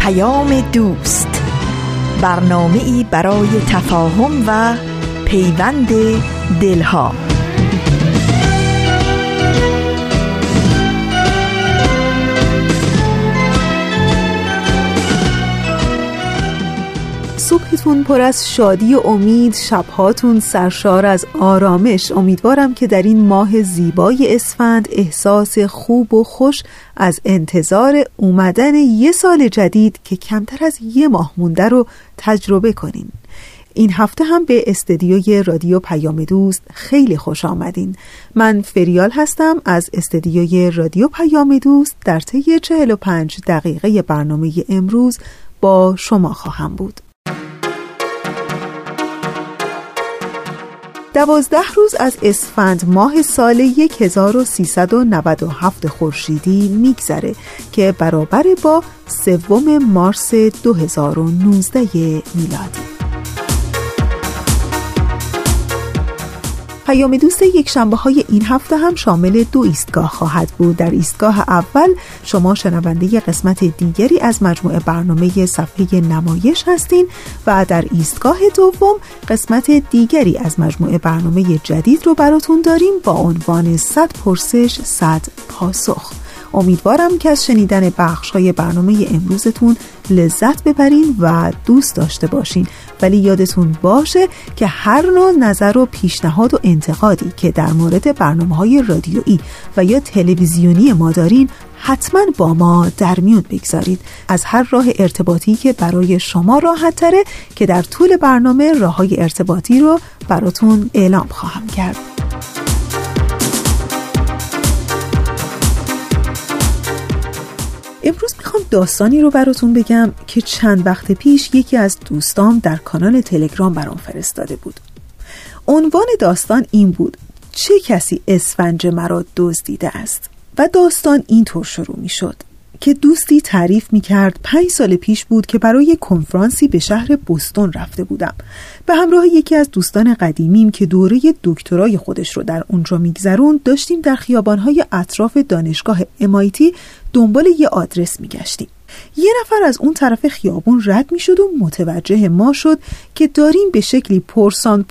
دوست، برنامه‌ای برای تفاهم و پیوند دلها. صبحتون پر از شادی و امید، شبهاتون سرشار از آرامش. امیدوارم که در این ماه زیبای اسفند احساس خوب و خوش از انتظار اومدن یه سال جدید که کمتر از یه ماه مونده رو تجربه کنین. این هفته هم به استدیوی رادیو پیام دوست خیلی خوش آمدین. من فریال هستم از استدیوی رادیو پیام دوست. در طی 45 دقیقه برنامه امروز با شما خواهم بود. 12 روز از اسفند ماه سال 1397 خورشیدی میگذره که برابر با 3 مارس 2019 میلادی. پیام دوست یک شنبه های این هفته هم شامل 2 ایستگاه خواهد بود. در ایستگاه اول شما شنونده قسمت دیگری از مجموعه برنامه صفحه نمایش هستین و در ایستگاه دوم قسمت دیگری از مجموعه برنامه جدید رو براتون داریم با عنوان 100 پرسش 100 پاسخ. امیدوارم که از شنیدن بخش‌های برنامه امروزتون لذت ببرین و دوست داشته باشین، ولی یادتون باشه که هر نوع نظر و پیشنهاد و انتقادی که در مورد برنامه‌های رادیویی و یا تلویزیونی ما دارین حتما با ما در میون بگذارید. از هر راه ارتباطی که برای شما راحت تره که در طول برنامه راه‌های ارتباطی رو براتون اعلام خواهم کرد. امروز میخوام داستانی رو براتون بگم که چند وقت پیش یکی از دوستام در کانال تلگرام برام فرستاده بود. عنوان داستان این بود: چه کسی اسفنج مرا دزدیده است؟ و داستان اینطور شروع میشد که دوستی تعریف میکرد 5 سال پیش بود که برای کنفرانسی به شهر بوستون رفته بودم. به همراه یکی از دوستان قدیمیم که دوره دکترای خودش رو در اونجا میگذروند داشتیم در خیابانهای اطراف دانشگاه MIT دنبال یه آدرس میگشتیم. یه نفر از اون طرف خیابون رد میشد و متوجه ما شد که داریم به شکلی پرسان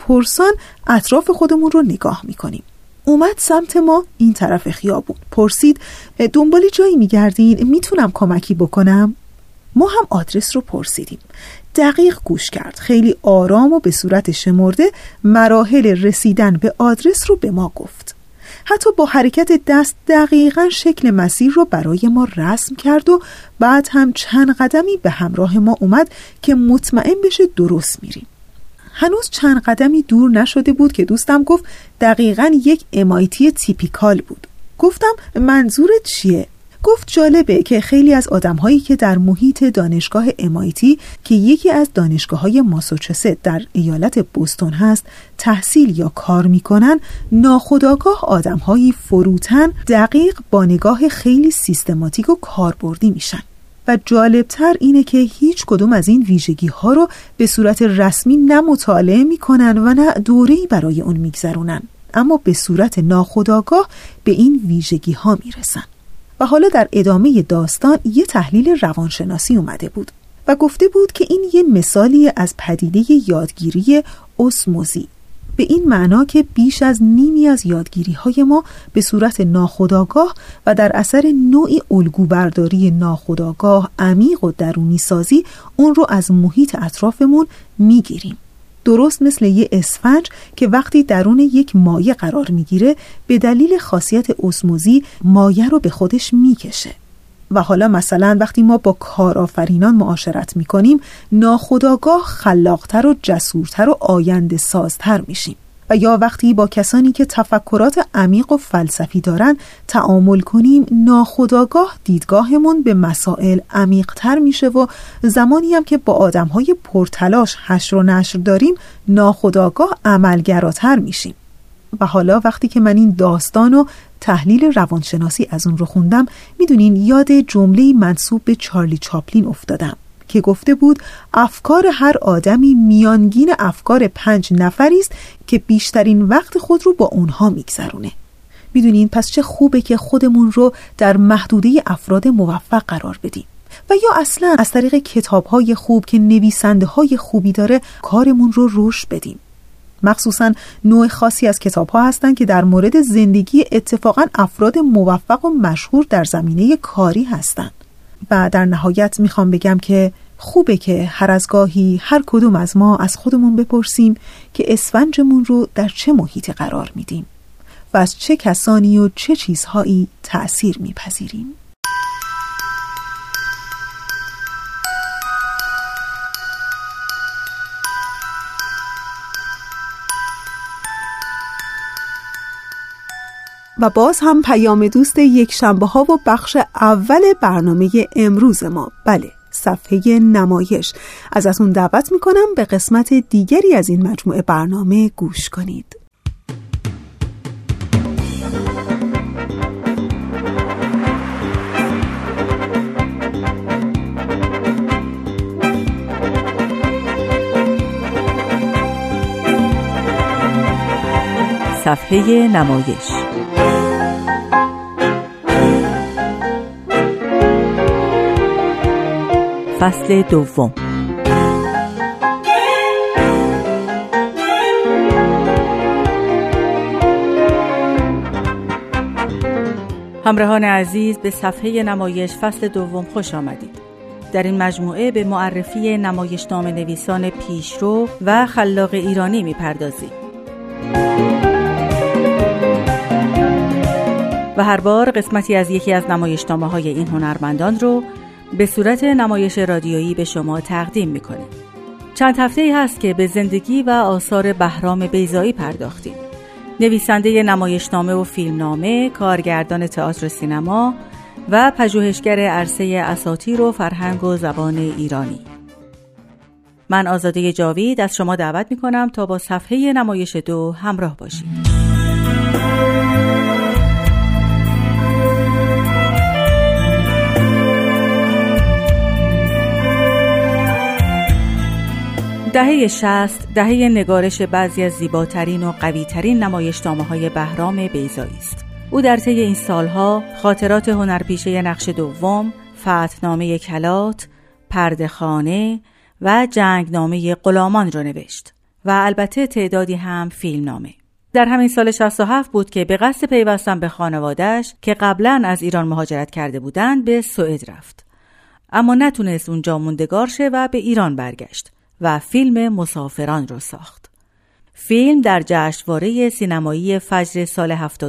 اطراف خودمون رو نگاه میکنیم. اومد سمت ما این طرف خیابون، پرسید دنبال جایی میگردین، میتونم کمکی بکنم؟ ما هم آدرس رو پرسیدیم. دقیق گوش کرد، خیلی آرام و به صورت شمرده مراحل رسیدن به آدرس رو به ما گفت. حتی با حرکت دست دقیقاً شکل مسیر رو برای ما رسم کرد و بعد هم چند قدمی به همراه ما اومد که مطمئن بشه درست میریم. هنوز چند قدمی دور نشده بود که دوستم گفت دقیقاً یک MIT تیپیکال بود. گفتم منظورت چیه؟ گفت جالبه که خیلی از آدم‌هایی که در محیط دانشگاه MIT که یکی از دانشگاه‌های ماساچوست در ایالت بوستون هست تحصیل یا کار می‌کنن، ناخودآگاه آدم‌هایی فروتن دقیق با نگاه خیلی سیستماتیک و کاربردی میشن. و جالبتر اینه که هیچ کدوم از این ویژگی ها رو به صورت رسمی نه مطالعه میکنن و نه دوره‌ای برای اون میگذرونن، اما به صورت ناخودآگاه به این ویژگی ها میرسن. و حالا در ادامه داستان یه تحلیل روانشناسی اومده بود و گفته بود که این یه مثالی از پدیده یادگیری اسموزی، به این معنا که بیش از نیمی از یادگیری‌های ما به صورت ناخودآگاه و در اثر نوعی الگوبرداری ناخودآگاه عمیق و درونی سازی اون رو از محیط اطرافمون میگیریم. درست مثل یه اسفنج که وقتی درون یک مایع قرار میگیره به دلیل خاصیت اسموزی مایع رو به خودش میکشه. و حالا مثلا وقتی ما با کارآفرینان معاشرت میکنیم ناخودآگاه خلاقتر و جسورتر و آینده سازتر میشیم. و یا وقتی با کسانی که تفکرات عمیق و فلسفی دارن تعامل کنیم ناخودآگاه دیدگاهمون به مسائل عمیقتر میشه و زمانی هم که با آدمهای پرتلاش حشر و نشر داریم ناخودآگاه عملگراتر میشیم. و حالا وقتی که من این داستان و تحلیل روانشناسی از اون رو خوندم میدونین یاد جمله‌ای منسوب به چارلی چاپلین افتادم که گفته بود افکار هر آدمی میانگین افکار 5 نفری است که بیشترین وقت خود رو با اونها میگذرونه. میدونین پس چه خوبه که خودمون رو در محدوده افراد موفق قرار بدیم و یا اصلا از طریق کتاب‌های خوب که نویسنده‌های خوبی داره کارمون رو رشد بدیم. مخصوصاً نوع خاصی از کتاب‌ها هستن که در مورد زندگی اتفاقاً افراد موفق و مشهور در زمینه کاری هستن. و در نهایت میخوام بگم که خوبه که هر از گاهی هر کدوم از ما از خودمون بپرسیم که اسفنجمون رو در چه محیطی قرار میدیم و از چه کسانی و چه چیزهایی تأثیر میپذیریم. و باز هم پیام دوست یک شنبه ها و بخش اول برنامه امروز ما، بله، صفحه نمایش. از اون دعوت میکنم به قسمت دیگری از این مجموعه برنامه گوش کنید. صفحه نمایش. فصل دوم. همراهان عزیز، به صفحه نمایش فصل دوم خوش آمدید. در این مجموعه به معرفی نمایشنامه نویسان پیشرو و خلاق ایرانی می‌پردازیم و هر بار قسمتی از یکی از نمایشنامه‌های این هنرمندان رو به صورت نمایش رادیویی به شما تقدیم می‌کنیم. چند هفته‌ای هست که به زندگی و آثار بهرام بیضایی پرداختیم. نویسنده نمایشنامه و فیلمنامه، کارگردان تئاتر سینما و پژوهشگر عرصه اساطیر و فرهنگ و زبان ایرانی. من آزاده جاوید از شما دعوت می‌کنم تا با صفحه نمایش 2 همراه باشید. دهه 60 دهه نگارش بعضی از زیباترین و قویترین نمایشنامه‌های بهرام بیضایی است. او در طی این سالها خاطرات هنرپیشه نقش دوم، فتحنامه کلات، پرده‌خانه و جنگنامه غلامان را نوشت و البته تعدادی هم فیلمنامه. در همین سال 67 بود که به قصد پیوستن به خانواده‌اش که قبلاً از ایران مهاجرت کرده بودند به سوئد رفت. اما نتونست اونجا موندگار شه و به ایران برگشت و فیلم مسافران رو ساخت. فیلم در جشنواره سینمایی فجر سال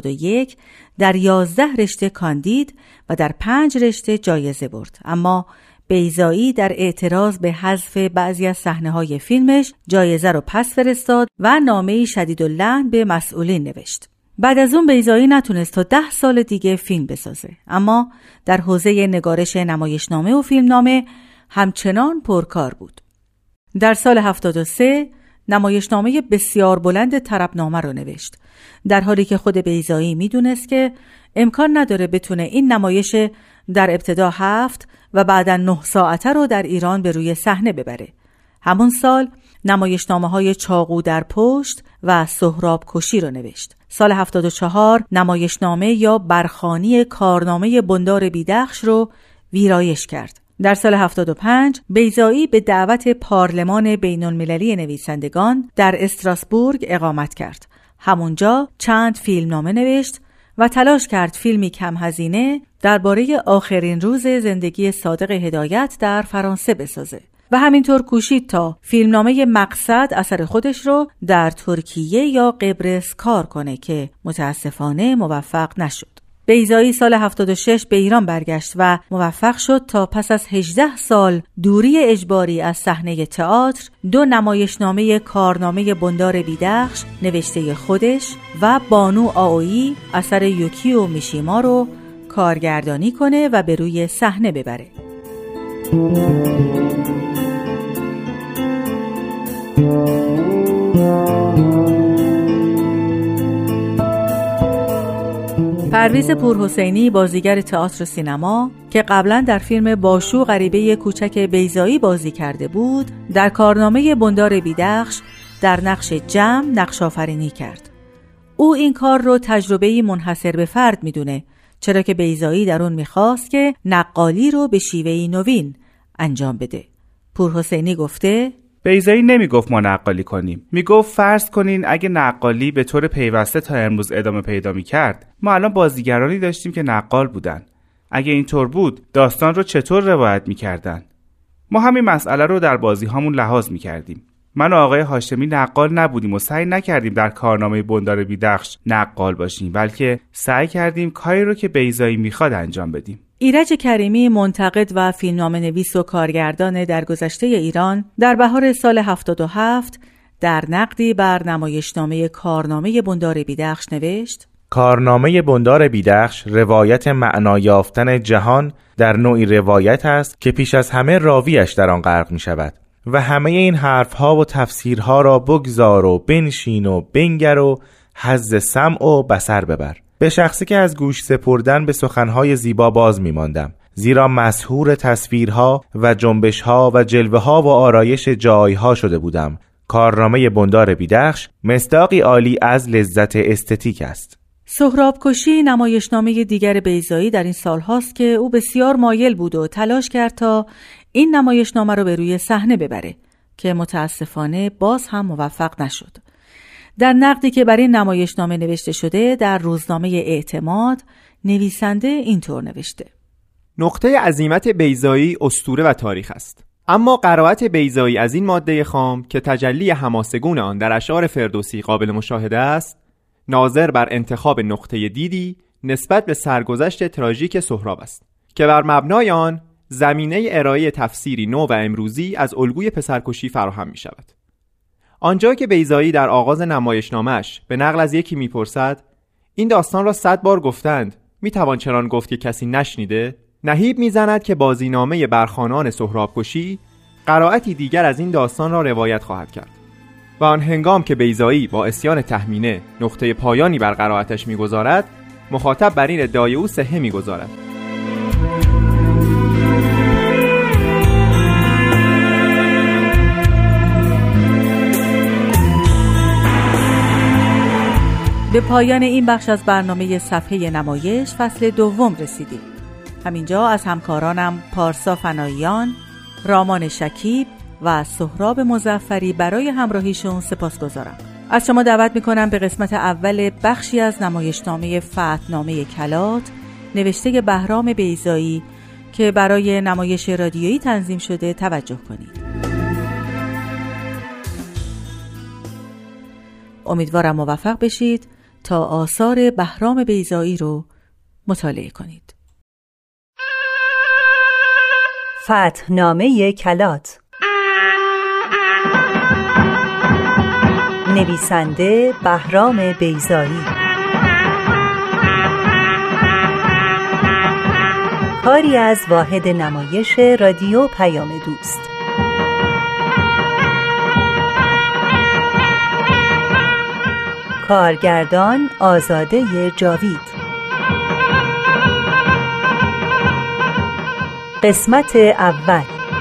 71 در 11 رشته کاندید و در 5 رشته جایزه برد، اما بیضایی در اعتراض به حذف بعضی از صحنه‌های فیلمش جایزه رو پس فرستاد و نامه‌ای شدیداللعن به مسئولین نوشت. بعد از اون بیضایی نتونست تا 10 سال دیگه فیلم بسازه، اما در حوزه نگارش نمایشنامه و فیلمنامه همچنان پرکار بود. در سال 73 نمایشنامه بسیار بلند طربنامه رو نوشت، در حالی که خود بیضایی میدونست که امکان نداره بتونه این نمایش در ابتدا 7 و بعدا 9 ساعته رو در ایران به روی صحنه ببره. همون سال نمایشنامه‌های چاقو در پشت و سهراب کشی رو نوشت. سال 74 نمایشنامه یا برخانی کارنامه بندار بیدخش رو ویرایش کرد. در سال 75 بیضایی به دعوت پارلمان بین‌المللی نویسندگان در استراسبورگ اقامت کرد. همونجا چند فیلمنامه نوشت و تلاش کرد فیلمی کم هزینه درباره آخرین روز زندگی صادق هدایت در فرانسه بسازه و همینطور کوشید تا فیلمنامه مقصد اثر خودش رو در ترکیه یا قبرس کار کنه که متاسفانه موفق نشد. بیضایی سال 76 به ایران برگشت و موفق شد تا پس از 18 سال دوری اجباری از صحنه تئاتر 2 نمایشنامه کارنامه بندار بیدخش نوشته خودش و بانو آویی اثر یوکیو میشیما رو کارگردانی کنه و به روی صحنه ببره. پرویز پورحسینی بازیگر تئاتر و سینما که قبلا در فیلم باشو غریبه کوچک بیضایی بازی کرده بود، در کارنامه بندار بیدخش در نقش نقش آفرینی کرد. او این کار رو تجربه‌ای منحصر به فرد میدونه، چرا که بیضایی در اون میخواست که نقالی رو به شیوهی نوین انجام بده. پورحسینی گفته بیضایی نمیگفت ما نقالی کنیم، میگفت فرض کنین اگه نقالی به طور پیوسته تا امروز ادامه پیدا میکرد، ما الان بازیگرانی داشتیم که نقال بودن. اگه اینطور بود داستان رو چطور روایت میکردن؟ ما همین مسئله رو در بازی هامون لحاظ میکردیم. من و آقای هاشمی نقال نبودیم و سعی نکردیم در کارنامه بندار بیدخش نقال باشیم، بلکه سعی کردیم کاری رو که بیضایی میخواد انجام بدیم. ایرج کریمی، منتقد و فیلمنامه‌نویس و کارگردان درگذشته ایران، در بهار سال 77 در نقدی بر نمایشنامه کارنامه بندار بیدخش نوشت: کارنامه بندار بیدخش روایت معنا یافتن جهان در نوعی روایت است که پیش از همه راویش در آن غرق می شود و همه این حرفها و تفسیرها را بگذار و بنشین و بنگر و حظ سمع و بصر ببر. به شخصی که از گوش سپردن به سخنهای زیبا باز می ماندم، زیرا مسحور تصویرها و جنبشها و جلوه‌ها و آرایش جایها شده بودم. کارنامه بندار بیدخش مصداقی عالی از لذت استتیک است. سهراب کشی نمایشنامه دیگر بیضایی در این سال هاست که او بسیار مایل بود و تلاش کرد تا این نمایشنامه رو به روی صحنه ببره که متاسفانه باز هم موفق نشد. در نقدی که برای نمایشنامه نوشته شده در روزنامه اعتماد، نویسنده اینطور نوشته: نقطه عزیمت بیضایی اسطوره و تاریخ است، اما قرائت بیضایی از این ماده خام که تجلی حماسه‌گون آن در اشعار فردوسی قابل مشاهده است، ناظر بر انتخاب نقطه دیدی نسبت به سرگذشت تراژیک سهراب است که بر مبنای آن زمینه ارائه تفسیری نو و امروزی از الگوی پسرکشی فراهم می شود. آنجا که بیضایی در آغاز نمایشنامه‌اش به نقل از یکی میپرسد این داستان را 100 بار گفتند، میتوان چنان گفت که کسی نشنیده، نهیب میزند که بازینامه برخوانان سهراب کشی قرائتی دیگر از این داستان را روایت خواهد کرد و آن هنگام که بیضایی با عصیان تهمینه نقطه پایانی بر قرائتش میگذارد، مخاطب بر این ادعای او صحه میگذارد. به پایان این بخش از برنامه صفحه نمایش فصل دوم رسیدیم. همینجا از همکارانم پارسا فناییان، رامان شکیب و سهراب مظفری برای همراهیشون سپاسگزارم. از شما دعوت میکنم به قسمت اول بخشی از نمایشنامه فتحنامه کلات نوشته بهرام بیضایی که برای نمایش رادیویی تنظیم شده توجه کنید. امیدوارم موفق بشید تا آثار بهرام بیضایی رو مطالعه کنید. فتحنامه کلات، نویسنده بهرام بیضایی، کاری از واحد نمایش رادیو پیام دوست. کارگردان آزاده جاوید. قسمت اول.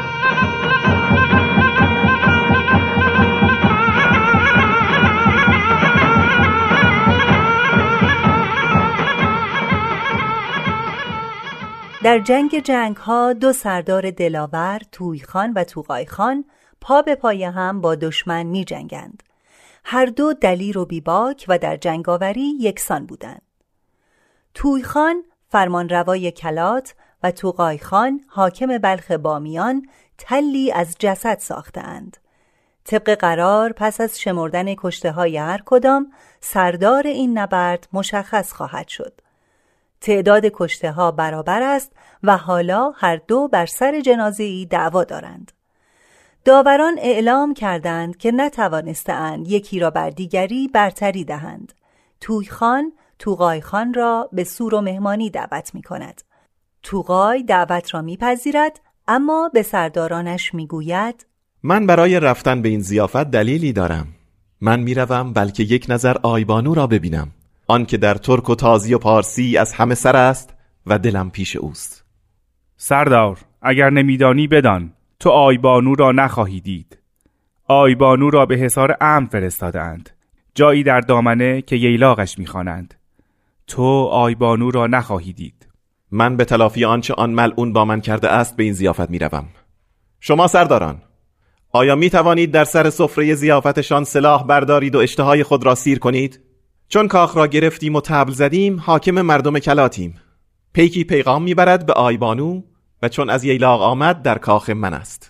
در جنگ ها دو سردار دلاور، تویخان و توغایخان، پا به پای هم با دشمن می جنگند. هر دو دلیر و بیباک و در جنگاوری یکسان بودند. تویخان فرمانروای کلات و توغایخان حاکم بلخ بامیان تلی از جسد ساختند. طبق قرار پس از شمردن کشته‌های هر کدام سردار این نبرد مشخص خواهد شد. تعداد کشته‌ها برابر است و حالا هر دو بر سر جنازه‌ای دعوا دارند. داوران اعلام کردند که نتوانستند یکی را بر دیگری برتری دهند. تویخان توغایخان را به سور و مهمانی دعوت می کند. توغای دعوت را می پذیرد، اما به سردارانش می گوید من برای رفتن به این ضیافت دلیلی دارم. من می روم بلکه یک نظر آیبانو را ببینم، آن که در ترک و تازی و پارسی از همه سر است و دلم پیش اوست. سردار، اگر نمیدانی بدان، تو آیبانو را نخواهی دید. آیبانو را به حصار امن فرستادند، جایی در دامنه که ییلاقش می‌خوانند. تو آیبانو را نخواهی دید. من به تلافی آنچه آن ملعون با من کرده است به این ضیافت میروم. شما سرداران، آیا می توانید در سر سفره ضیافتشان سلاح بردارید و اشتهای خود را سیر کنید؟ چون کاخ را گرفتیم و طبل زدیم، حاکم مردم کلاتیم. پیکی پیغام میبرد به آیبانو و چون از ییلاق آمد در کاخ من است.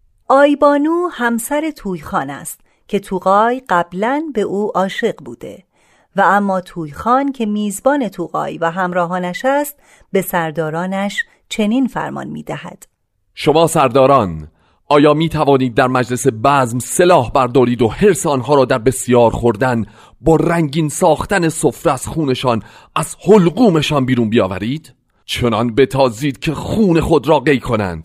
آیبانو همسر تویخان است که توغای قبلاً به او عاشق بوده و اما تویخان که میزبان توغای و همراهانش است به سردارانش چنین فرمان میدهد: شما سرداران، آیا می توانید در مجلس بزم سلاح بردارید و حرص آنها را در بسیار خوردن با رنگین ساختن سفره از خونشان از حلقومشان بیرون بیاورید؟ چنان بتازید که خون خود را قی کنند.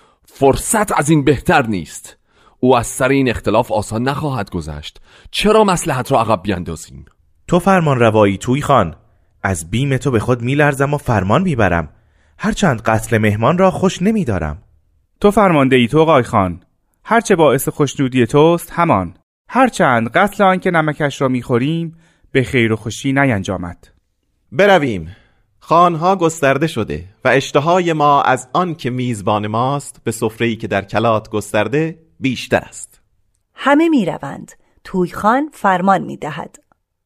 فرصت از این بهتر نیست. او از سر این اختلاف آسان نخواهد گذشت. چرا مصلحت را عقب بیندازیم؟ تو فرمان روایی تویخان، از بیم تو به خود میلرزم و فرمان میبرم، هرچند قتل مهمان را خوش نمیدارم. تو فرماندهی توغای خان، هرچه باعث خوشنودی توست همان، هرچند قتل آن که نمکش را میخوریم به خیر و خوشی نینجامد. برویم. خانها گسترده شده و اشتهای ما از آن که میزبان ماست به سفره‌ای که در کلات گسترده بیشتر است. همه می روند. تویخان فرمان می دهد: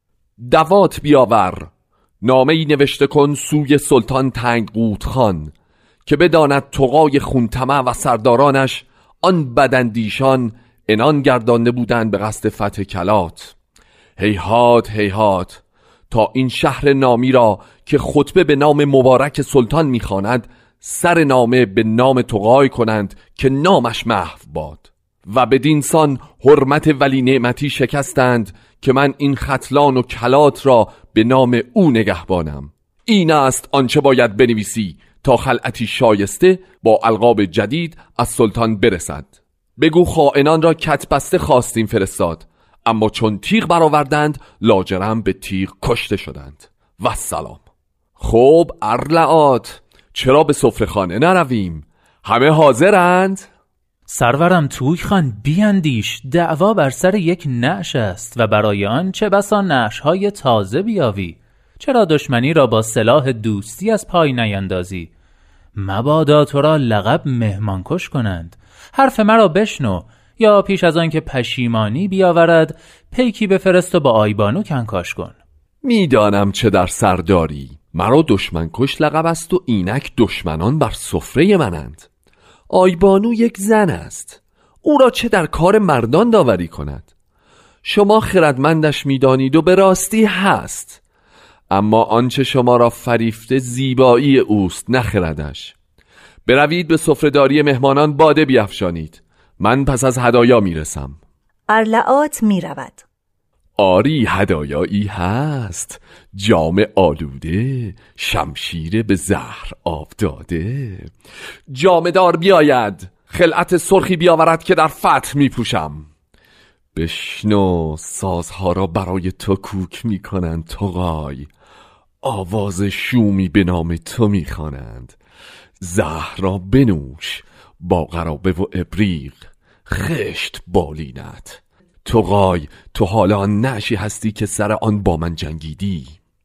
دوات بیاور، نامه‌ای نوشته کن سوی سلطان تنگقوت خان که بداند توغای خونطمع و سردارانش آن بداندیشان عنان گردانده بودند به قصد فتح کلات. هیهات هیهات تا این شهر نامی را که خطبه به نام مبارک سلطان میخواند سر نامه به نام توغای کنند که نامش محو باد و بدین سان حرمت ولی نعمتی شکستند که من این ختلان و کلات را به نام او نگهبانم. این است آنچه باید بنویسی تا خلعتی شایسته با القاب جدید از سلطان برسد. بگو خائنان را کتبسته خواستیم فرستاد، اما چون تیغ برآوردند لاجرم به تیغ کشته شدند. و سلام. خب ارلعات، چرا به سفره خانه نرویم؟ همه حاضرند؟ سرورم تویخان بیندیش، دعوا بر سر یک نعش است و برای آن چه بسا نعش‌های تازه بیاوی. چرا دشمنی را با سلاح دوستی از پای نیندازی؟ مبادا تو را لقب مهمانکش کنند. حرف مرا بشنو، یا پیش از آن که پشیمانی بیاورد پیکی بفرست و با آیبانو کنکاش کن. میدانم چه در سر داری. مرا دشمنکش لقب است و اینک دشمنان بر سفره منند. آیبانو یک زن است، او را چه در کار مردان داوری کند؟ شما خردمندش میدانید و به راستی هست، اما آنچه شما را فریفته زیبایی اوست نه خردش. بروید به سفره‌داری مهمانان باده بیفشانید، من پس از هدایا میرسم. ارلعات میرود. آری هدایایی هست، جام آلوده، شمشیر به زهر آب داده. جامدار بیاید، خلعت سرخی بیاورد که در فتح میپوشم. بشنو، سازها را برای تو کوک میکنند توغای، آواز شومی به نام تو میخوانند. زهر را بنوش با قرابه و ابریق، خشت بالینت. توغای، تو حالا آن نعشی هستی که سر آن با من جنگیدی؟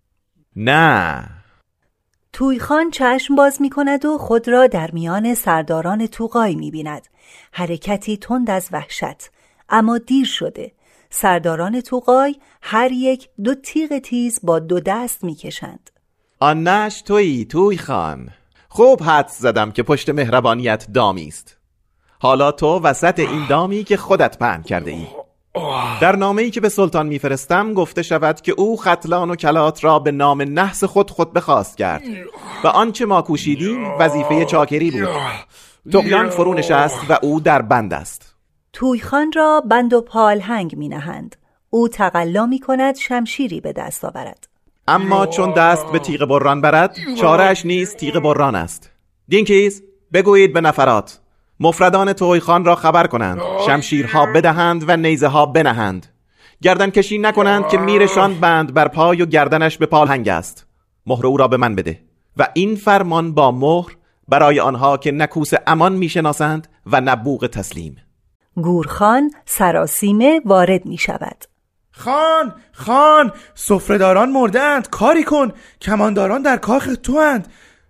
نه. تویخان چشم باز می کند و خود را در میان سرداران توغای می بیند. حرکتی تند از وحشت، اما دیر شده. سرداران توغای هر یک 2 تیغ تیز با 2 دست می کشند. آن نعش تویی تویخان. خوب حدس زدم که پشت مهربانیت دامی است. حالا تو وسط این دامی که خودت پهن کرده ای. در نامه‌ای که به سلطان میفرستم گفته شود که او ختلان و کلات را به نام نحس خود بخواست کرد و آنچه ما کوشیدیم وظیفه چاکری بود. طغیان فرو نشست و او در بند است. تویخان را بند و پالهنگ می نهند. او تقلا می کند شمشیری به دست آورد، اما چون دست به تیغ بران برد چاره‌اش نیز تیغ بران است. دینکیز، بگویید به نفرات مفردان تویخان را خبر کنند، شمشیرها بدهند و نیزه ها بنهند. گردن کشی نکنند که میرشان بند بر پای و گردنش به پالهنگ است. مهر او را به من بده و این فرمان با مهر برای آنها که نکوس امان میشناسند و نبوغ تسلیم. گورخان سراسیمه وارد می شود. خان سفره‌داران مردند، کاری کن، کمانداران در کاخ تو اند.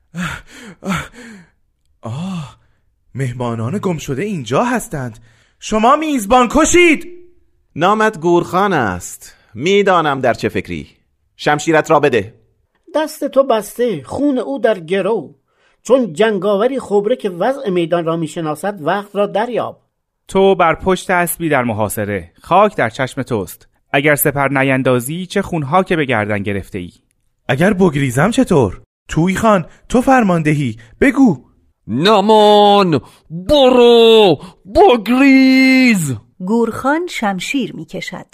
مهمانان گم شده اینجا هستند. شما میزبان کشید. نامت گورخان است، میدانم در چه فکری. شمشیرت را بده. دست تو بسته، خون او در گرو. چون جنگاوری خبره که وضع میدان را میشناسد وقت را دریاب. تو بر پشت اسبی در محاصره، خاک در چشم توست. اگر سپر نیندازی چه خونها که به گردن گرفته ای. اگر بگریزم چطور؟ توی خان تو فرماندهی، بگو. نمان، برو، بگریز. گورخان شمشیر میکشد.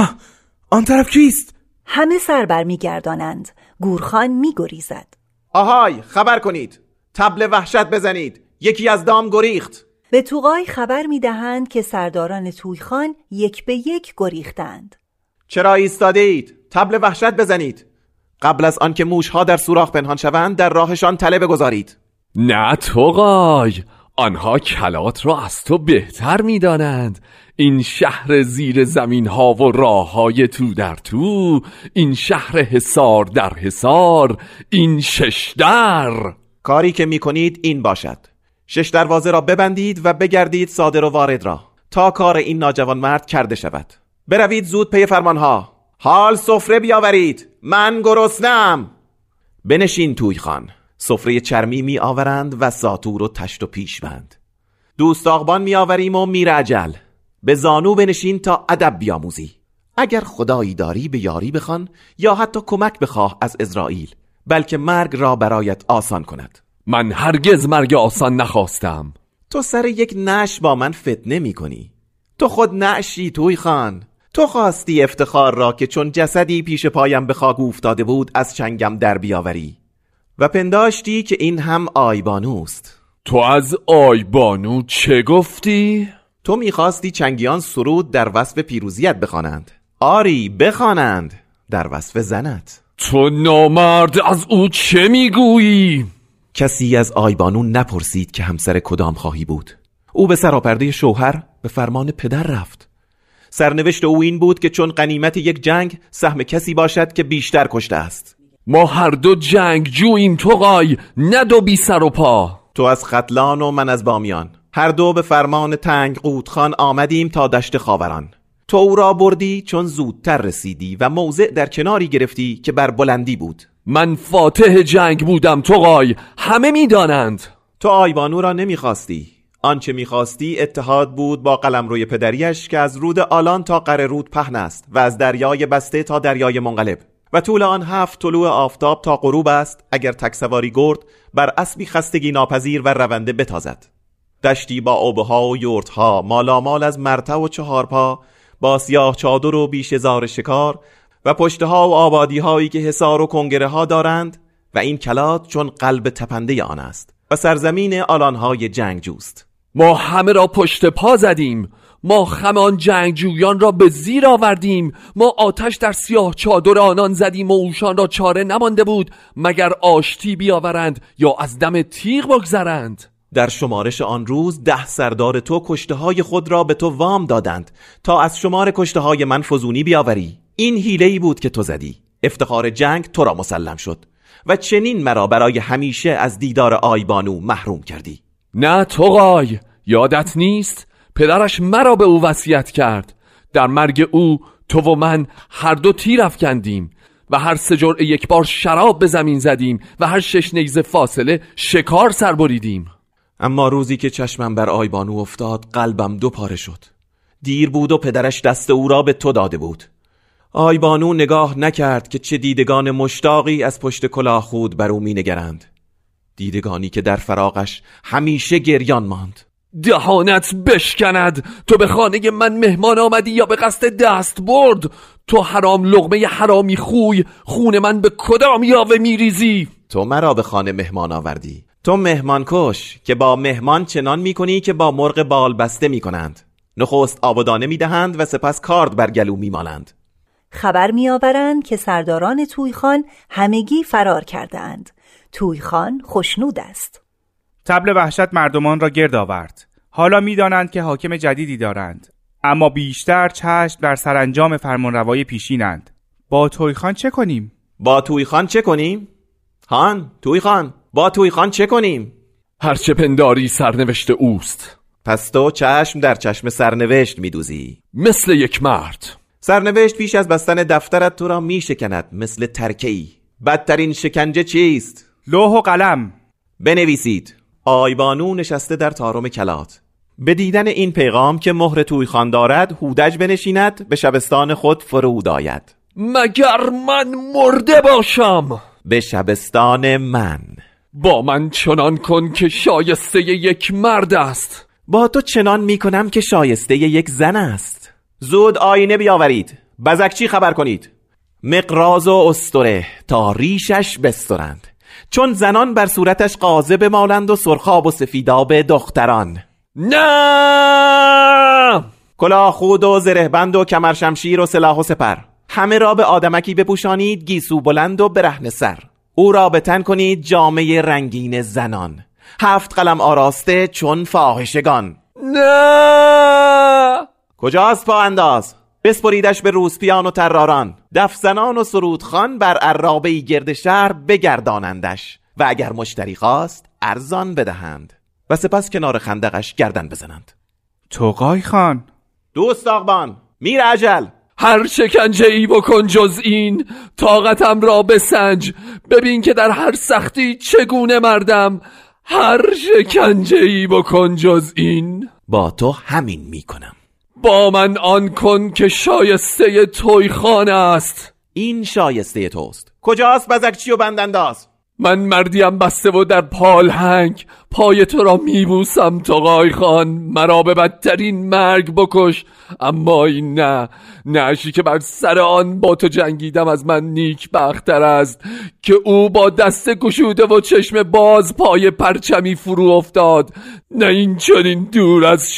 آن طرف کیست؟ همه سر بر میگردانند. گورخان میگریزد. آهای، خبر کنید، طبل وحشت بزنید، یکی از دام گریخت. به توغای خبر میدهند که سرداران تویخان یک به یک گریختند. چرا ایستاده اید؟ طبل وحشت بزنید. قبل از آن که موشها در سوراخ پنهان شوند در راهشان تله بگذارید. نه توغای، آنها کلات را از تو بهتر میدانند. این شهر زیر زمین ها و راه های تو در تو، این شهر حصار در حصار، این 6 در. کاری که میکنید این باشد: 6 دروازه را ببندید و بگردید صادر و وارد را تا کار این ناجوان مرد کرده شود. بروید زود پی فرمانها. حال سفره بیاورید، من گرسنه‌ام. بنشین توی خان. سفره چرمی می آورند و ساتور و تشت و پیشبند. دوستاقبان می آوریم و میر اجل. به زانو بنشین تا ادب بیاموزی. اگر خدایی داری به یاری بخوان یا حتی کمک بخواه از عزرائیل، بلکه مرگ را برایت آسان کند. من هرگز مرگ آسان نخواستم. تو سر یک نعش با من فتنه می کنی. تو خود نعشی توی خان. تو خواستی افتخار را که چون جسدی پیش پایم به خاک افتاده بود از چنگم در بیاوری و پنداشتی که این هم آیبانوست. تو از آیبانو چه گفتی؟ تو میخواستی چنگیان سرود در وصف پیروزیت بخوانند. آری بخوانند در وصف زنت. تو نامرد، از او چه میگویی؟ کسی از آیبانو نپرسید که همسر کدام خواهی بود. او به سراپرده شوهر به فرمان پدر رفت. سرنوشت او این بود که چون غنیمت یک جنگ سهم کسی باشد که بیشتر کشته است. ما هر دو جنگجوییم توغای، نه دو بی سر و پا. تو از ختلان و من از بامیان. هر دو به فرمان تنگ قودخان آمدیم تا دشت خاوران. تو او را بردی چون زودتر رسیدی و موضع در کناری گرفتی که بر بلندی بود. من فاتح جنگ بودم توغای، همه میدانند. تو آیبانو را نمیخواستی. آنچه میخواستی اتحاد بود با قلمروی پدریش که از رود آلان تا قره رود پهن است و از دریای بسته تا دریای منقلب و طول آن 7 طلوع آفتاب تا غروب است اگر تکسواری گرد بر اسبی خستگی ناپذیر و رونده بتازد. دشتی با اوبها و یورتها مالامال از مرتع و 4 پا با سیاه چادر و بیش زار شکار و پشتها و آبادی هایی که حصار و کنگره ها دارند و این کلات چون قلب تپنده آن است و سرزمین آلانهای جنگجوست. ما همه را پشت پا زدیم. ما خم آن جنگجویان را به زیر آوردیم. ما آتش در سیاه چادر آنان زدیم و اوشان را چاره نمانده بود مگر آشتی بیاورند یا از دم تیغ بگذرند. در شمارش آن روز 10 سردار تو کشته های خود را به تو وام دادند تا از شمار کشته های من فزونی بیاوری. این حیله‌ای بود که تو زدی. افتخار جنگ تو را مسلم شد و چنین مرا برای همیشه از دیدار آیبانو محروم کردی. نه توغای، یادت نیست؟ پدرش مرا به او وصیت کرد. در مرگ او تو و من هر دو تیر افکندیم و هر 3 جرعه یک بار شراب به زمین زدیم و هر 6 نیزه فاصله شکار سر بریدیم. اما روزی که چشمم بر آیبانو افتاد قلبم 2 پاره شد. دیر بود و پدرش دست او را به تو داده بود. آیبانو نگاه نکرد که چه دیدگان مشتاقی از پشت کلاه خود بر او می نگرند. دیدگانی که در فراقش همیشه گریان ماند. دهانت بشکند. تو به خانه من مهمان آمدی یا به قصد دست برد؟ تو حرام لقمه حرامی خوی، خون من به کدام یاوه میریزی؟ تو مرا به خانه مهمان آوردی. تو مهمان کش که با مهمان چنان میکنی که با مرغ بال بسته میکنند. نخست آب و دانه میدهند و سپس کارد بر گلو میمالند. خبر میآورند که سرداران تویخان همگی فرار کردند. تویخان خوشنود است. طبل وحشت مردمان را گرد آورد. حالا میدانند که حاکم جدیدی دارند. اما بیشتر چشم در سرانجام فرمانروای پیشینند. با تویخان چه کنیم؟ با تویخان چه کنیم؟ هان تویخان، با تویخان چه کنیم؟ هرچه پنداری سرنوشت اوست. پس تو چشم در چشم سرنوشت میدوزی مثل یک مرد. سرنوشت پیش از بستن دفترت تو را میشکند مثل ترکه‌ای. بدترین شکنجه چیست؟ لوح و قلم. بنویسید: آیبانو نشسته در طارم کلات. به دیدن این پیغام که مهر تویخان دارد هودج بنشیند، به شبستان خود فرود آید. مگر من مرده باشم؟ به شبستان من. با من چنان کن که شایسته یک مرد است. با تو چنان میکنم که شایسته یک زن است. زود آینه بیاورید، بزکچی خبر کنید، مقراض و اسطوره تا ریشش بسترند، چون زنان بر صورتش قاضه بمالند و سرخاب و سفیداب دختران. نه! کلاه خود و زرهبند و کمر شمشیر و سلاح و سپر، همه را به آدمکی بپوشانید گیسو بلند و برهنه سر. او را به تن کنید جامه رنگین زنان، 7 قلم آراسته چون فاحشگان. نه! کجاست پا انداز؟ بسپریدش به روسپیان و طراران، دف زنان و سرودخوان بر عرابه‌ای گرد شهر بگردانندش، و اگر مشتری خواست ارزان بدهند و سپس کنار خندقش گردن بزنند. توقای خان. دوست آقبان، میر عجل. هر شکنجه ای بکن جز این، طاقتم را بسنج، ببین که در هر سختی چگونه مردم. هر شکنجه ای بکن جز این. با تو همین میکنم. با من آن کن که شایسته تویخان است. این شایسته توست. کجاست بزکچی و بندانداز؟ من مردیم بسته و در پالهنگ، پای تو را میبوسم توقای خان. مرا به بدترین مرگ بکش، اما این نه نعشی که بر سر آن با تو جنگیدم از من نیک بختر است، که او با دست گشوده و چشم باز پای پرچمی فرو افتاد، نه این چنین دور از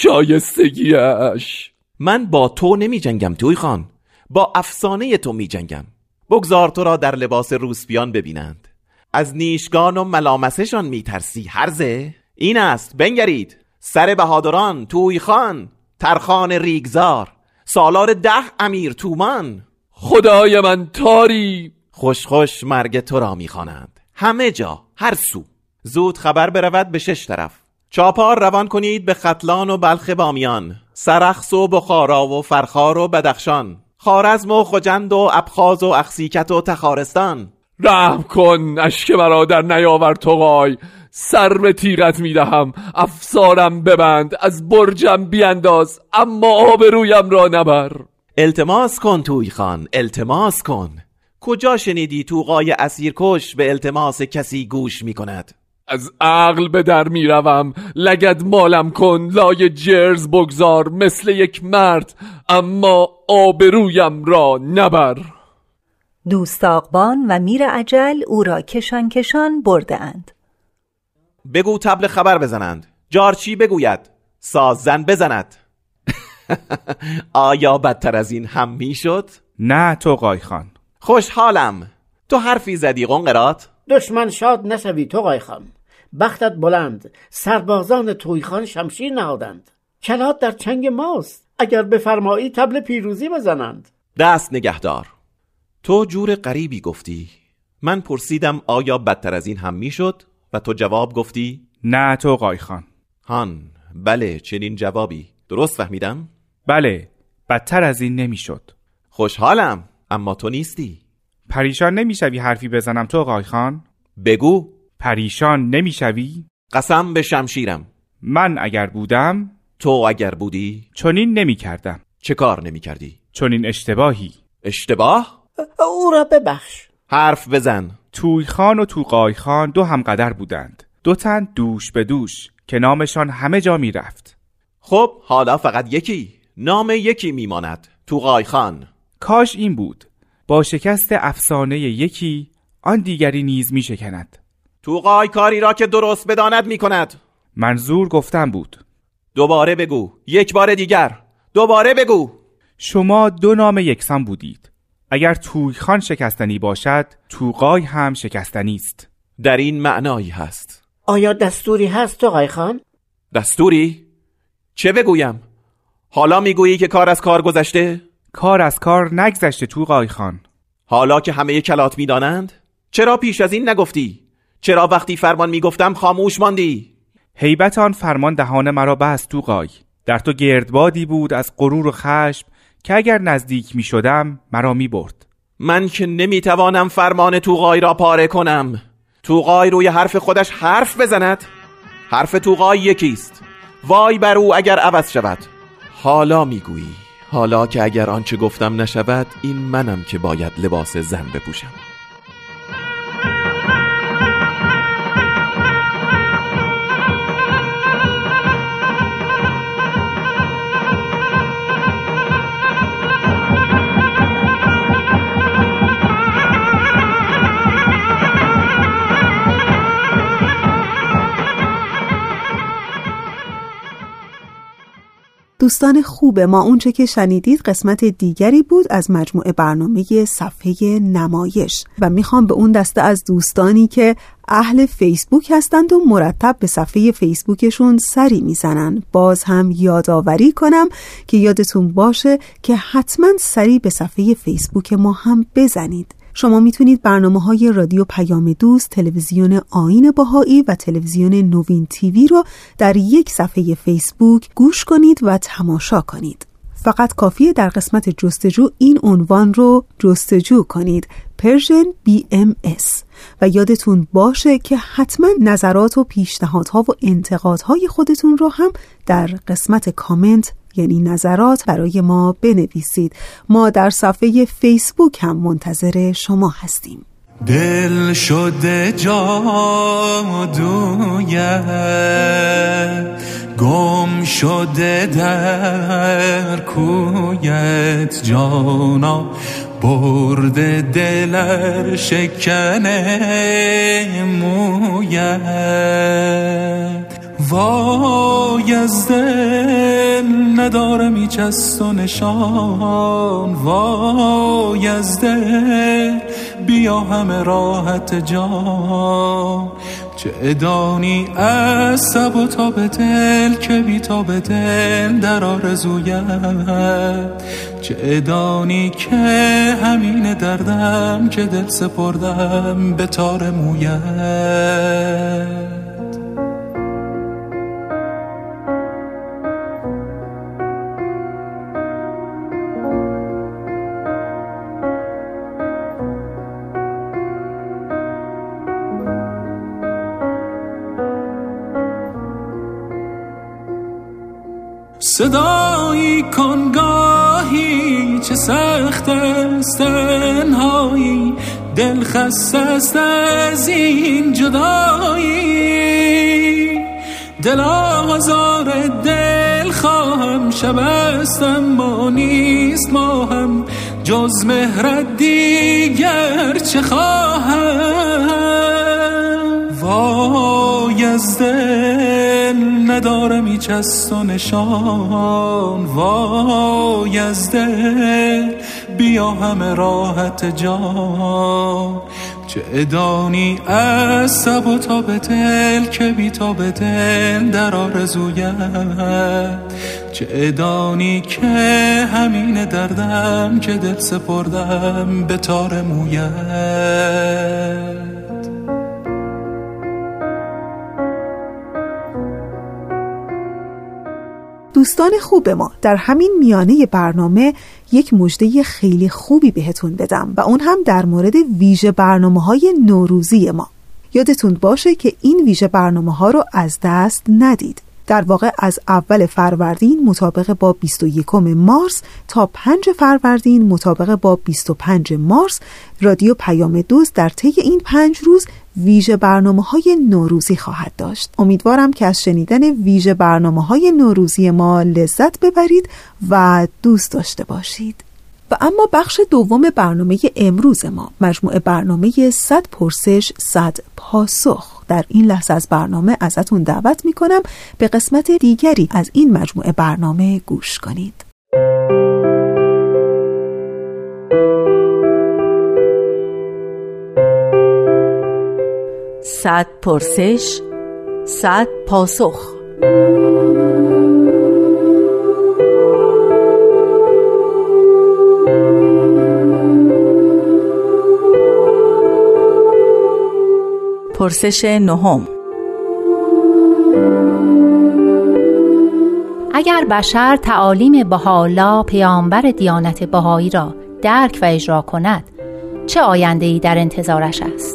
شایستگیش. من با تو نمی جنگم توی خان، با افسانه تو می جنگم. بگذار تو را در لباس روسپیان ببینند. از نیشگان و ملامسشان می ترسی هرزه؟ این است، بنگرید. سر بهادران توی خان، ترخان ریگزار، سالار 10 امیر تومان. خدای من تاری. خوش خوش مرگ تو را می خوانند، همه جا، هر سو. زود خبر برود به 6 طرف. چاپار روان کنید به ختلان و بلخ بامیان، سرخس و بخارا و فرخار و بدخشان، خوارزم و خجند و ابخاز و اخسیکت و تخارستان. رحم کن، اشک مرا در نیاور توقای. سر به تیغت میدهم، افسارم ببند، از برجم بیانداز، اما آبرویم را نبر. التماس کن توی خان، التماس کن. کجا شنیدی توقای اسیرکش به التماس کسی گوش میکند؟ از عقل به در میروم، لگد مالم کن، لای جرز بگذار مثل یک مرد، اما آبرویم را نبر. دوستاقبان و میر عجل او را کشان کشان برده اند. بگو طبل خبر بزنند، جارچی بگوید، سازن بزند. آیا بدتر از این هم میشد؟ نه توقای خان. خوشحالم. تو حرفی زدی قنقرات؟ دشمن شاد نشوی توقای خان، بختت بلند. سربازان تویخان شمشیر نهادند، کلات در چنگ ماست. اگر بفرمایی طبل پیروزی بزنند. دست نگهدار. تو جور غریبی گفتی. من پرسیدم آیا بدتر از این هم میشد و تو جواب گفتی نه توقای خان. هان، بله، چنین جوابی. درست فهمیدم؟ بله، بدتر از این نمیشد. خوشحالم، اما تو نیستی. پریشان نمیشوی حرفی بزنم توقای خان؟ بگو. پریشان نمیشوی؟ قسم به شمشیرم. من اگر بودم، تو اگر بودی، چنین نمیکردم. چه کار نمیکردی؟ چنین اشتباهی. اشتباه؟ او را ببخش. حرف بزن. توی خان و توقای خان 2 همقدر بودند، 2 تن دوش به دوش که نامشان همه جا میرفت. خب حالا فقط یکی، نام یکی میماند، توقای خان. کاش این بود، با شکست افسانه یکی آن دیگری نیز میشکند. توقای کاری را که درست بداند میکند. منظور گفتم بود. دوباره بگو، یک بار دیگر، دوباره بگو. شما 2 نام یکسان بودید. اگر توی خان شکستنی باشد، توقای هم شکستنی است. در این معنایی هست. آیا دستوری هست توقای خان؟ دستوری؟ چه بگویم؟ حالا میگویی که کار از کار گذشته؟ کار از کار نگذشته توقای خان. حالا که همه کلات میدانند، چرا پیش از این نگفتی؟ چرا وقتی فرمان میگفتم خاموش ماندی؟ هیبت آن فرمان دهان مرا بست توقای. در تو گردبادی بود از غرور و خشم که اگر نزدیک می شدم مرا می برد. من که نمی توانم فرمان توقای را پاره کنم. توقای روی حرف خودش حرف بزند. حرف توقای یکیست. وای بر او اگر عوض شود. حالا می گویی، حالا که اگر آنچه گفتم نشود، این منم که باید لباس زن بپوشم. دوستان خوب ما، اونچه که شنیدید قسمت دیگری بود از مجموعه برنامه صفحه نمایش و میخوام به اون دسته از دوستانی که اهل فیسبوک هستند و مرتب به صفحه فیسبوکشون سری میزنن باز هم یادآوری کنم که یادتون باشه که حتما سری به صفحه فیسبوک ما هم بزنید. شما میتونید برنامه‌های رادیو پیام دوست، تلویزیون آیین بهایی و تلویزیون نوین تیوی رو در یک صفحه فیسبوک گوش کنید و تماشا کنید. فقط کافیه در قسمت جستجو این عنوان رو جستجو کنید، پرژن BMS، و یادتون باشه که حتما نظرات و پیشنهادها و انتقادهای خودتون رو هم در قسمت کامنت یعنی نظرات برای ما بنویسید. ما در صفحه فیسبوک هم منتظر شما هستیم. دل شده جادویت، گم شده در کویت، جانا برده دلر شکنه مویت. وای از دل ندارم هیچ از و نشان، وای از دل بیا همه راحت جان. چه ادانی از سب و تاب دل که بی تاب دل در آرزویت. چه ادانی که همین دردم که دل سپردم به تار مویت. صدایی کن گاهی چه سخت است تنهایی، دل خسته است از این جدایی. دل آزار دل خواهم، شب است اما نیست ماهم، جز مهرت دیگر چه خواهم. وای از دل ندارم هیچ از و نشان، وای از دل بیا همه راحت جان. چه ادانی از سب و تاب دل که بی تاب دل در آرزویت. چه ادانی که همین دردم که دل سپردم به تار مویت. دوستان خوب ما، در همین میانه برنامه یک مژده خیلی خوبی بهتون بدم و اون هم در مورد ویژه برنامه‌های نوروزی ما. یادتون باشه که این ویژه برنامه‌ها رو از دست ندید. در واقع از اول فروردین مطابق با 21 مارس تا 5 فروردین مطابق با 25 مارس رادیو پیام دوست در طی این 5 روز ویژه برنامه‌های نوروزی خواهد داشت. امیدوارم که از شنیدن ویژه برنامه‌های نوروزی ما لذت ببرید و دوست داشته باشید. و اما بخش دوم برنامه امروز ما، مجموعه برنامه 100 پرسش 100 پاسخ. در این لحظه از برنامه ازتون دعوت میکنم به قسمت دیگری از این مجموعه برنامه گوش کنید. 100 پرسش 100 پاسخ. پرسش 9. اگر بشر تعالیم بهاءالله پیامبر دیانت بهایی را درک و اجرا کند، چه آینده‌ای در انتظارش است؟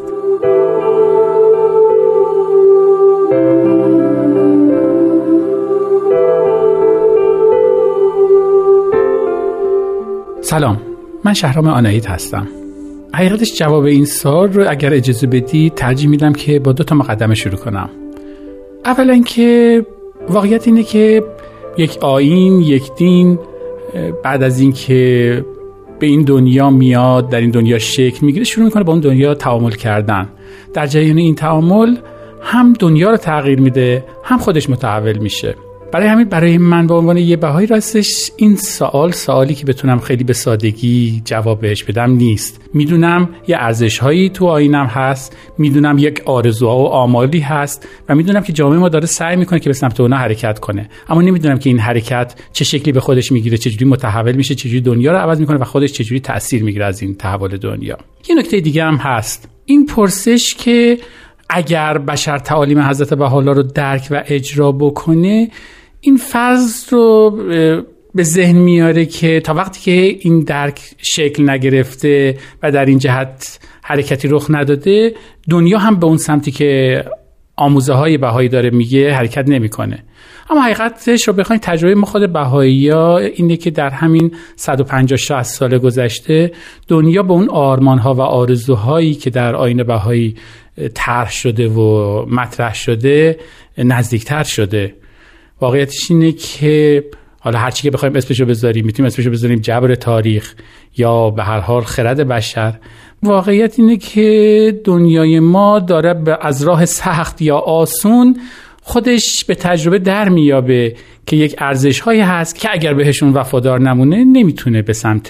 سلام، من شهرام آناهیت هستم. حقیقتش جواب این سوال رو اگر اجازه بدی ترجیح میدم که با 2 مقدمه شروع کنم. اولا که واقعیت اینه که یک آیین، یک دین بعد از این که به این دنیا میاد، در این دنیا شکل میگیره، شروع میکنه با اون دنیا تعامل کردن. در جریان این تعامل هم دنیا رو تغییر میده، هم خودش متحول میشه. برای همین برای من به عنوان یه بهایی راستش این سوالی که بتونم خیلی به سادگی جوابش بدم نیست. میدونم یه ارزش‌هایی تو آیینم هست، میدونم یک آرزوها و آمالی هست و میدونم که جامعه ما داره سعی میکنه که به سمت اونها حرکت کنه، اما نمیدونم که این حرکت چه شکلی به خودش میگیره، چه جوری متحول میشه، چه جوری دنیا رو عوض میکنه و خودش چه جوری تأثیر میگیره از این تحول دنیا. یه نکته دیگه هم هست، این پرسش که اگر بشر تعالیم حضرت بهاءالله رو درک و اجرا بکنه، این فرض رو به ذهن میاره که تا وقتی که این درک شکل نگرفته و در این جهت حرکتی رخ نداده، دنیا هم به اون سمتی که آموزه های بهایی داره میگه حرکت نمیکنه. اما حقیقتش رو بخواید تجربه ما خود بهایی‌ها اینه که در همین 150-60 سال گذشته دنیا به اون آرمان‌ها و آرزوهایی که در آیین بهایی طرح شده و مطرح شده نزدیکتر شده. واقعیتش اینه که حالا هر چی که بخوایم اسمشو بذاریم، میتونیم اسمشو بذاریم جبر تاریخ یا به هر حال خرد بشر. واقعیت اینه که دنیای ما داره از راه سخت یا آسون خودش به تجربه در میابه که یک ارزش‌هایی هست که اگر بهشون وفادار نمونه نمیتونه به سمت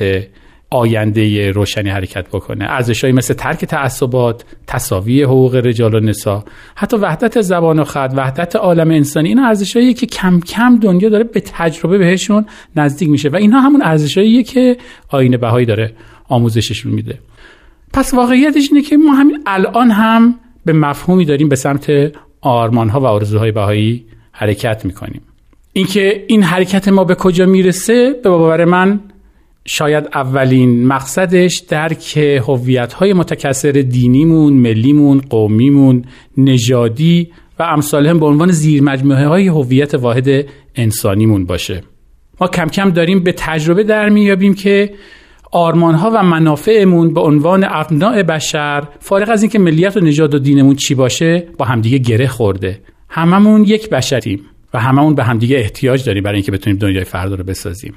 آینده روشنی حرکت بکنه. ارزش‌هایی مثل ترک تعصبات، تساوی حقوق رجال و نساء، حتی وحدت زبان و خط، وحدت عالم انسانی، اینا ارزش‌هایی که کم کم دنیا داره به تجربه بهشون نزدیک میشه و اینها همون ارزش‌هایی که آیین بهایی داره آموزششون میده. پس واقعیتش اینه که ما همین الان هم به مفهومی داریم به سمت آرمان‌ها و آرزوهای بهایی حرکت میکنیم. اینکه این حرکت ما به کجا میرسه، به باور من شاید اولین مقصدش درک هویت‌های متکثر دینیمون، ملیمون، قومیمون، نژادی و امثالهم به عنوان زیرمجموعه‌های هویت واحد انسانیمون باشه. ما کم کم داریم به تجربه در میابیم که آرمان‌ها و منافعمون به عنوان ابناء بشر، فارغ از اینکه ملیت و نژاد و دینمون چی باشه، با همدیگه گره خورده. هممون یک بشریم و هممون به همدیگه احتیاج داریم برای اینکه بتونیم دنیای فردا رو بسازیم.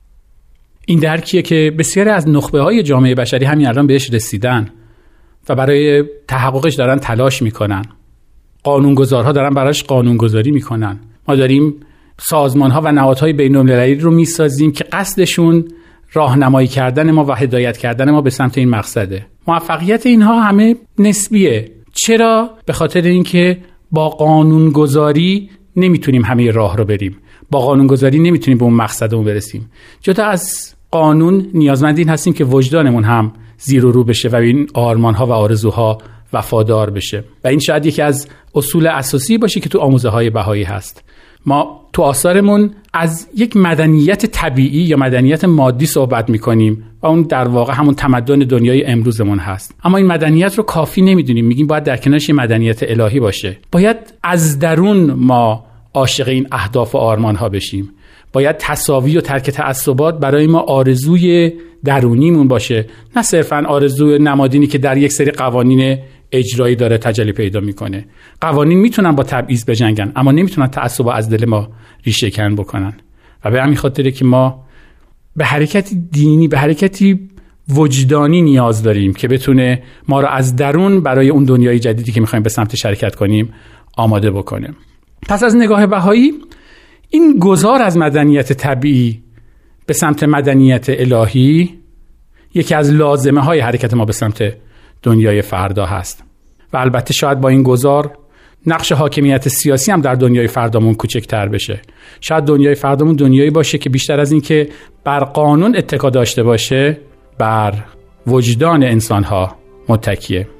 این درکیه که بسیاری از نخبه‌های جامعه بشری همین الان بهش رسیدن و برای تحققش دارن تلاش میکنن. قانونگذارها دارن براش قانونگذاری میکنن. ما داریم سازمان‌ها و نهادهای بین‌المللی رو میسازیم که قصدشون راهنمایی کردن ما و هدایت کردن ما به سمت این مقصده. موفقیت اینها همه نسبیه. چرا؟ به خاطر اینکه با قانونگذاری نمیتونیم همه راه رو بریم. با قانونگذاری نمیتونیم به اون مقصدمون برسیم. جدا از قانون نیازمند این هستیم که وجدانمون هم زیر و رو بشه و این آرمان‌ها و آرزوها وفادار بشه. و این شاید یکی از اصول اساسی باشه که تو آموزه‌های بهایی هست. ما تو آثارمون از یک مدنیت طبیعی یا مدنیت مادی صحبت میکنیم و اون در واقع همون تمدن دنیای امروزمون هست. اما این مدنیت رو کافی نمیدونیم. میگیم باید در کنارش یه مدنیت الهی باشه. باید از درون ما عاشق این اهداف و آرمان‌ها بشیم. باید تساوی و ترک تعصبات برای ما آرزوی درونیمون باشه، نه صرفاً آرزوی نمادینی که در یک سری قوانین اجرایی داره تجلی پیدا میکنه. قوانین میتونن با تبعیض بجنگن، اما نمیتونن تعصب از دل ما ریشه کن بکنن. و به همین خاطره که ما به حرکتی دینی، به حرکتی وجدانی نیاز داریم که بتونه ما رو از درون برای اون دنیای جدیدی که میخوایم به سمتش حرکت کنیم آماده بکنه. پس از نگاه بهایی این گذار از مدنیت طبیعی به سمت مدنیت الهی یکی از لازمه های حرکت ما به سمت دنیای فردا هست. و البته شاید با این گذار نقش حاکمیت سیاسی هم در دنیای فردامون کوچکتر بشه. شاید دنیای فردامون دنیایی باشه که بیشتر از این که بر قانون اتکا داشته باشه، بر وجدان انسانها متکیه.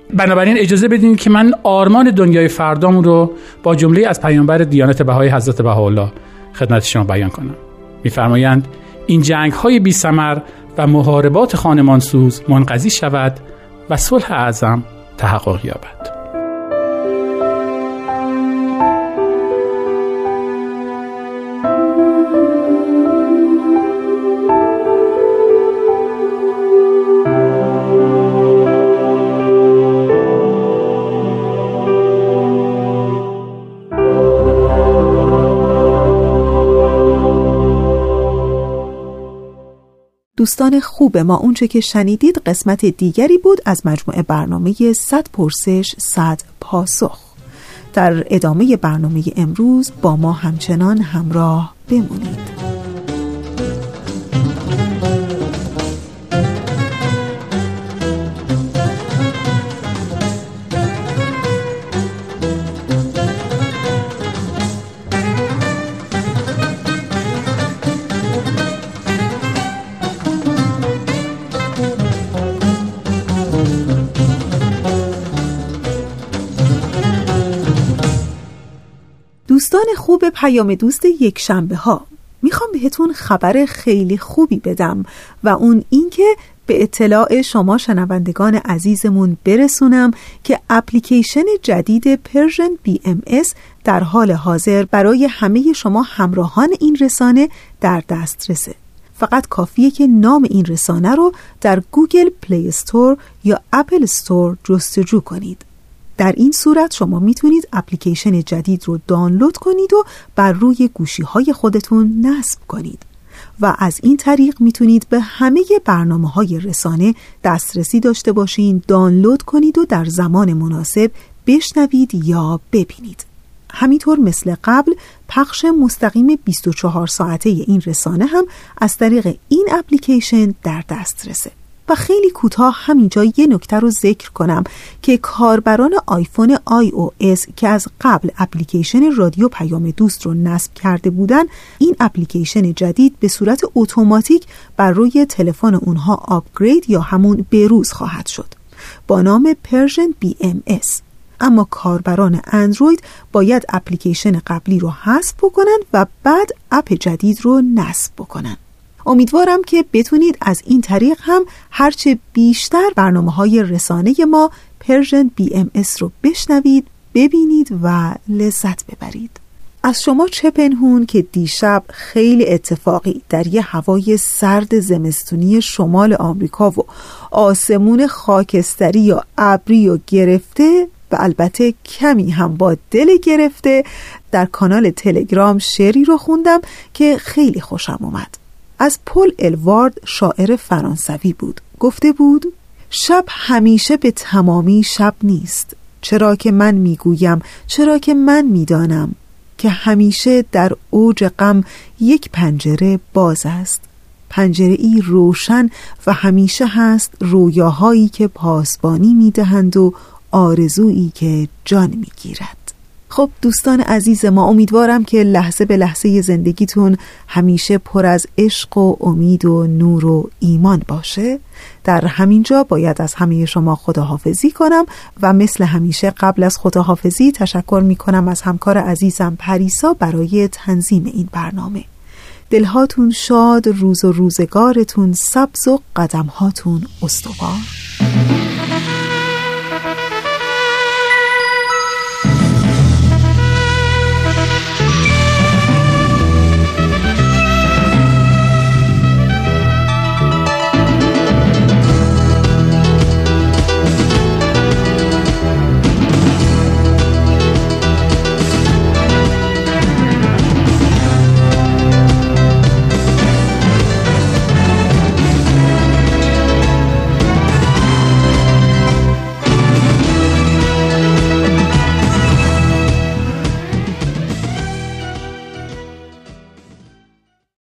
بنابراین اجازه بدین که من آرمان دنیای فردامون رو با جمله از پیامبر دیانت بهایی حضرت بهاءالله خدمت شما بیان کنم. می‌فرمایند این جنگ‌های بی‌ثمر و محاربات خانمانسوز منقضی شود و صلح اعظم تحقق یابد. دوستان خوب ما، اونچه که شنیدید قسمت دیگری بود از مجموعه برنامه 100 پرسش 100 پاسخ. در ادامه برنامه امروز با ما همچنان همراه بمونید. دوستان خوب پیام دوست یک شنبه ها، میخوام بهتون خبر خیلی خوبی بدم و اون این که به اطلاع شما شنوندگان عزیزمون برسونم که اپلیکیشن جدید پرژن BMS در حال حاضر برای همه شما همراهان این رسانه در دسترسه. فقط کافیه که نام این رسانه رو در گوگل پلی استور یا اپل استور جستجو کنید. در این صورت شما میتونید اپلیکیشن جدید رو دانلود کنید و بر روی گوشی‌های خودتون نصب کنید و از این طریق میتونید به همه برنامه‌های رسانه دسترسی داشته باشین، دانلود کنید و در زمان مناسب بشنوید یا ببینید. همینطور مثل قبل پخش مستقیم 24 ساعته این رسانه هم از طریق این اپلیکیشن در دسترسه. و خیلی کوتاه همینجا یه نکته رو ذکر کنم که کاربران آیفون iOS که از قبل اپلیکیشن رادیو پیام دوست رو نصب کرده بودن، این اپلیکیشن جدید به صورت اتوماتیک بر روی تلفن اونها آپگرید یا همون بروز خواهد شد با نام پرژن BMS. اما کاربران اندروید باید اپلیکیشن قبلی رو حذف بکنن و بعد اپ جدید رو نصب بکنن. امیدوارم که بتونید از این طریق هم هرچه بیشتر برنامه‌های رسانه ما پرژن BMS رو بشنوید، ببینید و لذت ببرید. از شما چه پنهون که دیشب خیلی اتفاقی در یه هوای سرد زمستونی شمال آمریکا و آسمون خاکستری یا ابری و گرفته و البته کمی هم با دل گرفته در کانال تلگرام شعری رو خوندم که خیلی خوشم اومد. از پل الوارد، شاعر فرانسوی بود. گفته بود: شب همیشه به تمامی شب نیست، چرا که من میگویم، چرا که من میدانم که همیشه در اوج غم یک پنجره باز است، پنجره ای روشن و همیشه هست رویاهایی که پاسبانی میدهند و آرزویی که جان میگیرد. خب دوستان عزیز ما، امیدوارم که لحظه به لحظه زندگیتون همیشه پر از عشق و امید و نور و ایمان باشه. در همین جا باید از همه شما خداحافظی کنم و مثل همیشه قبل از خداحافظی تشکر می کنم از همکار عزیزم پریسا برای تنظیم این برنامه. دلهاتون شاد، روز و روزگارتون سبز و قدمهاتون استوار.